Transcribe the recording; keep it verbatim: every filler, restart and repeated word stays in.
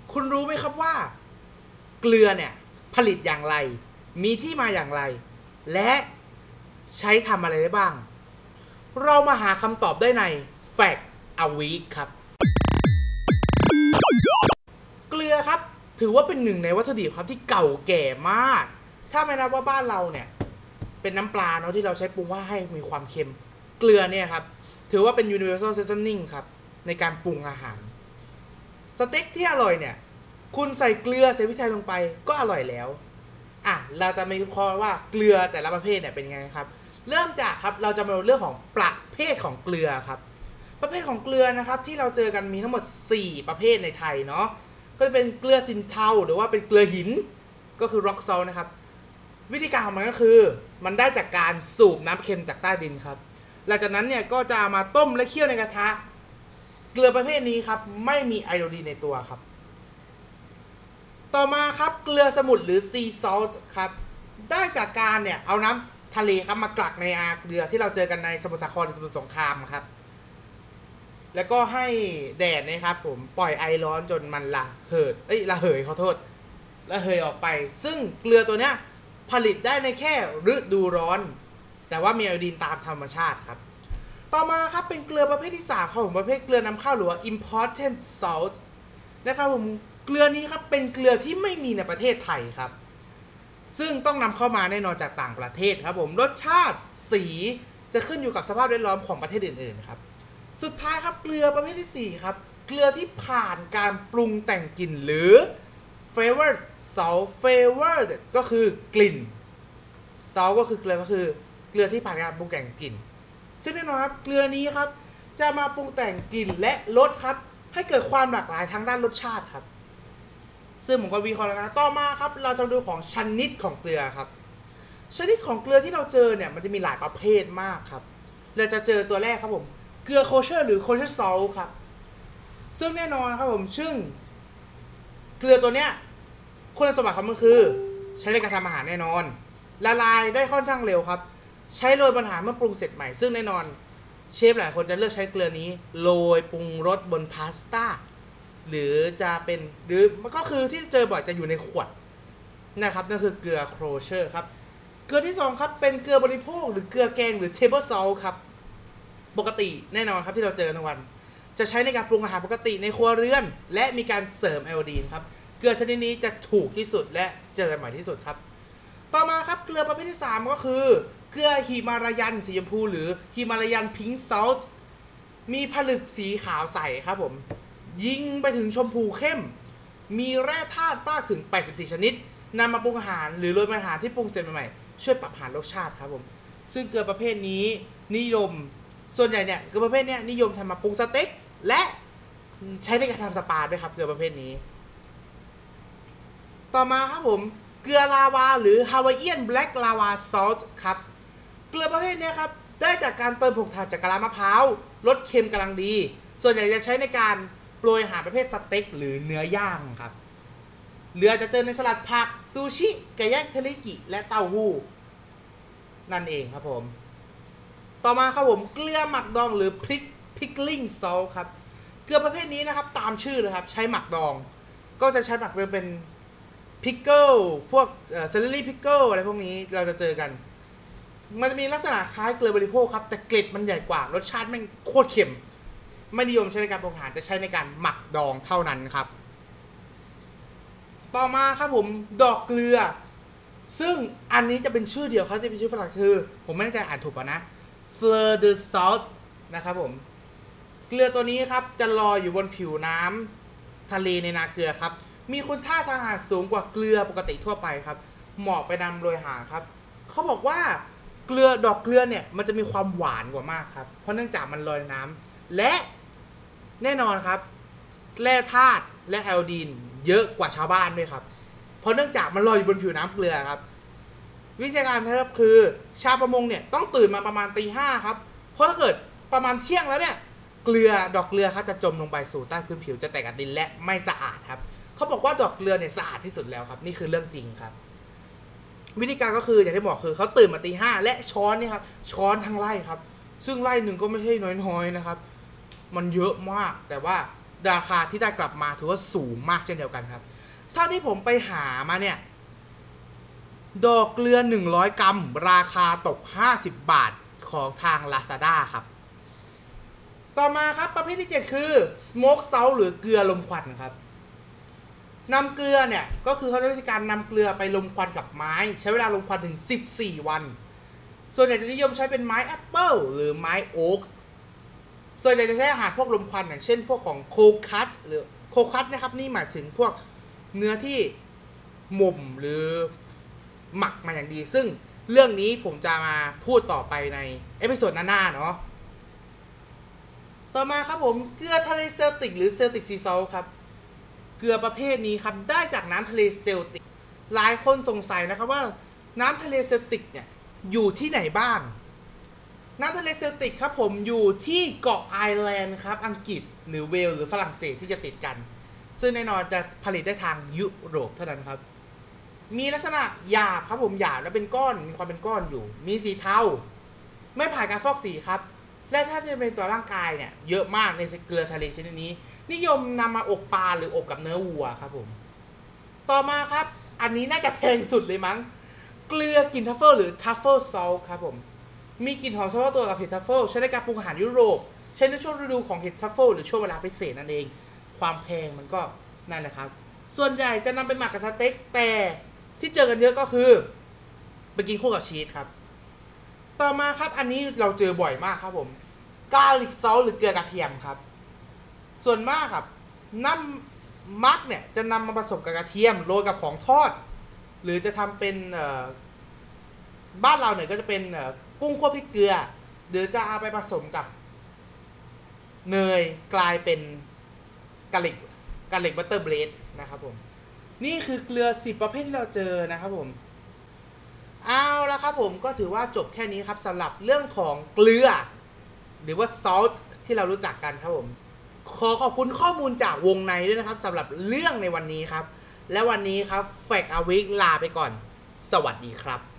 คุณรู้ไหมครับว่าเกลือเนี่ยผลิตอย่างไรมีที่มาอย่างไรและใช้ทำอะไรได้บ้างเรามาหาคำตอบได้ใน Fact a Week ครับเกลือครับถือว่าเป็นหนึ่งในวัตถุดิบครับที่เก่าแก่มากถ้าไม่นับว่าบ้านเราเนี่ยเป็นน้ำปลาเนาะที่เราใช้ปรุงว่าให้มีความเค็มเกลือเนี่ยครับถือว่าเป็น universal seasoning ครับในการปรุงอาหารสเต็กที่อร่อยเนี่ยคุณใส่เกลือใส่พริกไทยลงไปก็อร่อยแล้วอ่ะเราจะมาวิเคราะห์ว่าเกลือแต่ละประเภทเนี่ยเป็นไงครับเริ่มจากครับเราจะมาดูเรื่องของประเภทของเกลือครับประเภทของเกลือนะครับที่เราเจอกันมีทั้งหมดสี่ประเภทในไทยเนาะก็จะเป็นเกลือสินเทาหรือว่าเป็นเกลือหินก็คือ rock salt นะครับวิธีการของมันก็คือมันได้จากการสูบน้ำเค็มจากใต้ดินครับหลังจากนั้นเนี่ยก็จะมาต้มและเคี่ยวในกระทะเกลือประเภทนี้ครับไม่มีไอโอดีนในตัวครับต่อมาครับเกลือสมุทรหรือ sea salt ครับได้จากการเนี่ยเอาน้ำทะเลครับมากลักในอาเกลือที่เราเจอกันในสมุทรสาครหรือสมุทรสงครามครับแล้วก็ให้แดดนะครับผมปล่อยไอร้อนจนมันระเหิดเอ้ยระเหยขอโทษระเหยออกไปซึ่งเกลือตัวเนี้ยผลิตได้ในแค่ฤดูร้อนแต่ว่ามีไอโอดีนตามธรรมชาติครับต่อมาครับเป็นเกลือประเภทที่สามครับผมประเภทเกลือนำเข้าหรือว่า imported salt นะครับผมเกลือนี้ครับเป็นเกลือที่ไม่มีในประเทศไทยครับซึ่งต้องนำเข้ามาแน่นอนจากต่างประเทศครับผมรสชาติสีจะขึ้นอยู่กับสภาพแวดล้อมของประเทศอื่นๆครับสุดท้ายครับเกลือประเภทที่สี่ครับเกลือที่ผ่านการปรุงแต่งกลิ่นหรือ flavored salt flavored ก็คือกลิ่น salt ก็คือเกลือก็คือเกลือที่ผ่านการปรุงแต่งกลิ่นซึ่งแน่นอนครับเกลือนี้ครับจะมาปรุงแต่งกลิ่นและรสครับให้เกิดความหลากหลายทางด้านรสชาติครับซึ่งผมก็วิเคราะห์แล้วนะต่อมาครับเราจะดูของชนิดของเกลือครับชนิดของเกลือที่เราเจอเนี่ยมันจะมีหลายประเภทมากครับเราจะเจอตัวแรกครับผมเกลือโคเชอร์หรือโคเชอร์ซอลต์ครับซึ่งแน่นอนครับผมซึ่งเกลือตัวเนี้ยคุณสมบัติของมันคือใช้ในการทำอาหารแน่นอนละลายได้ค่อนข้างเร็วครับใช้โรยบนอาหารเมื่อปรุงเสร็จใหม่ซึ่งแน่นอนเชฟหลายคนจะเลือกใช้เกลือนี้โรยปรุงรสบนพาสต้าหรือจะเป็นหรือมันก็คือที่เจอบ่อยจะอยู่ในขวดนะครับนั่นคือเกลือโคเชอร์ครับเกลือที่สองครับเป็นเกลือบริโภคหรือเกลือแกงหรือเทเบิลซอลต์ครับปกติแน่นอนครับที่เราเจอทุกวันจะใช้ในการปรุงอาหารปกติในครัวเรือนและมีการเสริมไอโอดีนครับเกลือชนิดนี้จะถูกที่สุดและเจอกันบ่อยที่สุดครับต่อมาครับเกลือประเภทที่สามก็คือเกลือฮิมาลายันสีชมพูหรือฮิมาลายันพิงค์ซอลต์มีผลึกสีขาวใสครับผมยิงไปถึงชมพูเข้มมีแร่ธาตุมากถึงแปดสิบสี่ชนิดนำมาปรุงอาหารหรือโรยอาหารที่ปรุงเสร็จใหม่ๆช่วยปรับอาหารรสชาติครับผมซึ่งเกลือประเภทนี้นิยมส่วนใหญ่เนี่ยเกลือประเภทนี้นิยมทำมาปรุงสเต็กและใช้ในการทำสปาด้วยครับเกลือประเภทนี้ต่อมาครับผมเกลือลาวาหรือ Hawaiian Black Lava Salt ครับเกลือประเภทนี้ครับได้จากการเติมผงถ่านจากกะลามะพร้าวรสเค็มกำลังดีส่วนใหญ่จะใช้ในการโปรยอาหารประเภทสเต็กหรือเนื้อย่างครับเหลือจะเจอในสลัดผักซูชิไก่ย่างเทริกิและเต้าหู้นั่นเองครับผมต่อมาครับผมเกลือหมักดองหรือพริก pickling salt ครับเกลือประเภทนี้นะครับตามชื่อเลยครับใช้หมักดองก็จะใช้หมักเป็นพิกเกิลพวกเอ่อเซลลี่พิกเกิลอะไรพวกนี้เราจะเจอกันมันจะมีลักษณะคล้ายเกลือบริโภคครับแต่เกล็ดมันใหญ่กว่ารสชาติแม่งโคตรเค็มไม่นิยมใช้ในการปรุงอาหารจะใช้ในการหมักดองเท่านั้นครับต่อมาครับผมดอกเกลือซึ่งอันนี้จะเป็นชื่อเดียวเขาจะเป็นชื่อฝรั่งคือผมไม่แน่ใจอ่านถูกป่ะนะ fleur de salt นะครับผมเกลือตัวนี้ครับจะลอยอยู่บนผิวน้ำทะเลในนาเกลือครับมีคุณค่าทางอาหารสูงกว่าเกลือปกติทั่วไปครับเหมาะไปนำโรยอาหารครับเขาบอกว่าเกลือดอกเกลือเนี่ยมันจะมีความหวานกว่ามากครับเพราะเนื่องจากมันลอยน้ำและแน่นอนครับแร่ธาตุและไอโอดีนเยอะกว่าชาวบ้านด้วยครับเพราะเนื่องจากมันลอยอยู่บนผิวน้ำเกลือครับวิธีการครับคือชาวประมงเนี่ยต้องตื่นมาประมาณตีห้าครับเพราะถ้าเกิดประมาณเที่ยงแล้วเนี่ยเกลือดอกเกลือครับจะจมลงไปสู่ใต้พื้นผิวจะแตกกับดินและไม่สะอาดครับเขาบอกว่าดอกเกลือเนี่ยสะอาดที่สุดแล้วครับนี่คือเรื่องจริงครับวิธีการก็คืออย่างที่บอกคือเขาตื่นมาตีห้าและช้อนนี่ครับช้อนทั้งไร่ครับซึ่งไร่หนึ่งก็ไม่ใช่น้อยๆนะครับมันเยอะมากแต่ว่าราคาที่ได้กลับมาถือว่าสูงมากเช่นเดียวกันครับถ้าที่ผมไปหามาเนี่ยดอกเกลือหนึ่งร้อยกรัมราคาตกห้าสิบบาทของทาง Lazada ครับต่อมาครับประเภทที่เจ็ดคือ smoke salt หรือเกลือลมควันครับนำเกลือเนี่ยก็คือเขาใช้วิธีการนำเกลือไปลมควันกับไม้ใช้เวลาลมควันถึงสิบสี่วันส่วนใหญ่จะนิยมใช้เป็นไม้แอปเปิลหรือไม้โอ๊กส่วนใหญ่จะใช้อาหารพวกลมควันอย่างเช่นพวกของโคคัตหรือโคคัตนะครับนี่หมายถึงพวกเนื้อที่หม่มหรือหมักมาอย่างดีซึ่งเรื่องนี้ผมจะมาพูดต่อไปในเอพิโซดหน้าๆเนาะต่อมาครับผมเกลือทะเลเซลติกหรือเซลติกซีซอลครับเกลือประเภทนี้ครับได้จากน้ำทะเลเซลติกหลายคนสงสัยนะครับว่าน้ำทะเลเซลติกเนี่ยอยู่ที่ไหนบ้างน้ำทะเลเซลติกครับผมอยู่ที่เกาะไอร์แลนด์ครับอังกฤษหรือเวลส์หรือฝรั่งเศสที่จะติดกันซึ่งแน่นอนจะผลิตได้ทางยุโรปเท่านั้นครับมีลักษณะหยาบครับผมหยาบและเป็นก้อนมีความเป็นก้อนอยู่มีสีเทาไม่ผ่านการฟอกสีครับและถ้าจะเป็นตัวร่างกายเนี่ยเยอะมากในเกลือทะเลชนิดนี้นิยมนำมาอบปลาหรืออบกับเนื้อวัวครับผมต่อมาครับอันนี้น่าจะแพงสุดเลยมั้งเกลือกลิ่นทัฟเฟิลหรือทัฟเฟิลซอลต์ครับผมมีกลิ่นหอมเฉพาะตัวกับเห็ดทัฟเฟิลใช้ในการปรุงอาหารยุโรปใช้ในช่วงฤดูของเห็ดทัฟเฟิลหรือช่วงเวลาพิเศษนั่นเองความแพงมันก็นั่นแหละครับส่วนใหญ่จะนำไปหมักกับสเต็กแต่ที่เจอกันเยอะก็คือไปกินคู่กับชีสครับต่อมาครับอันนี้เราเจอบ่อยมากครับผมกาลิกซอลต์หรือเกลือกระเทียมครับส่วนมากครับน้ำมักเนี่ยจะนำมาผสมกับกระเทียมโรยกับของทอดหรือจะทำเป็นบ้านเราเนี่ยก็จะเป็นกุ้งคั่วพริกเกลือหรือจะเอาไปผสมกับเนยกลายเป็นกาลิกกาลิกบัตเตอร์เบรดนะครับผมนี่คือเกลือสิบประเภทที่เราเจอนะครับผมเอาละครับผมก็ถือว่าจบแค่นี้ครับสำหรับเรื่องของเกลือหรือว่า salt ที่เรารู้จักกันครับผมขอขอบคุณข้อมูลจากวงในด้วยนะครับสำหรับเรื่องในวันนี้ครับและวันนี้ครับ Fact a Week ลาไปก่อนสวัสดีครับ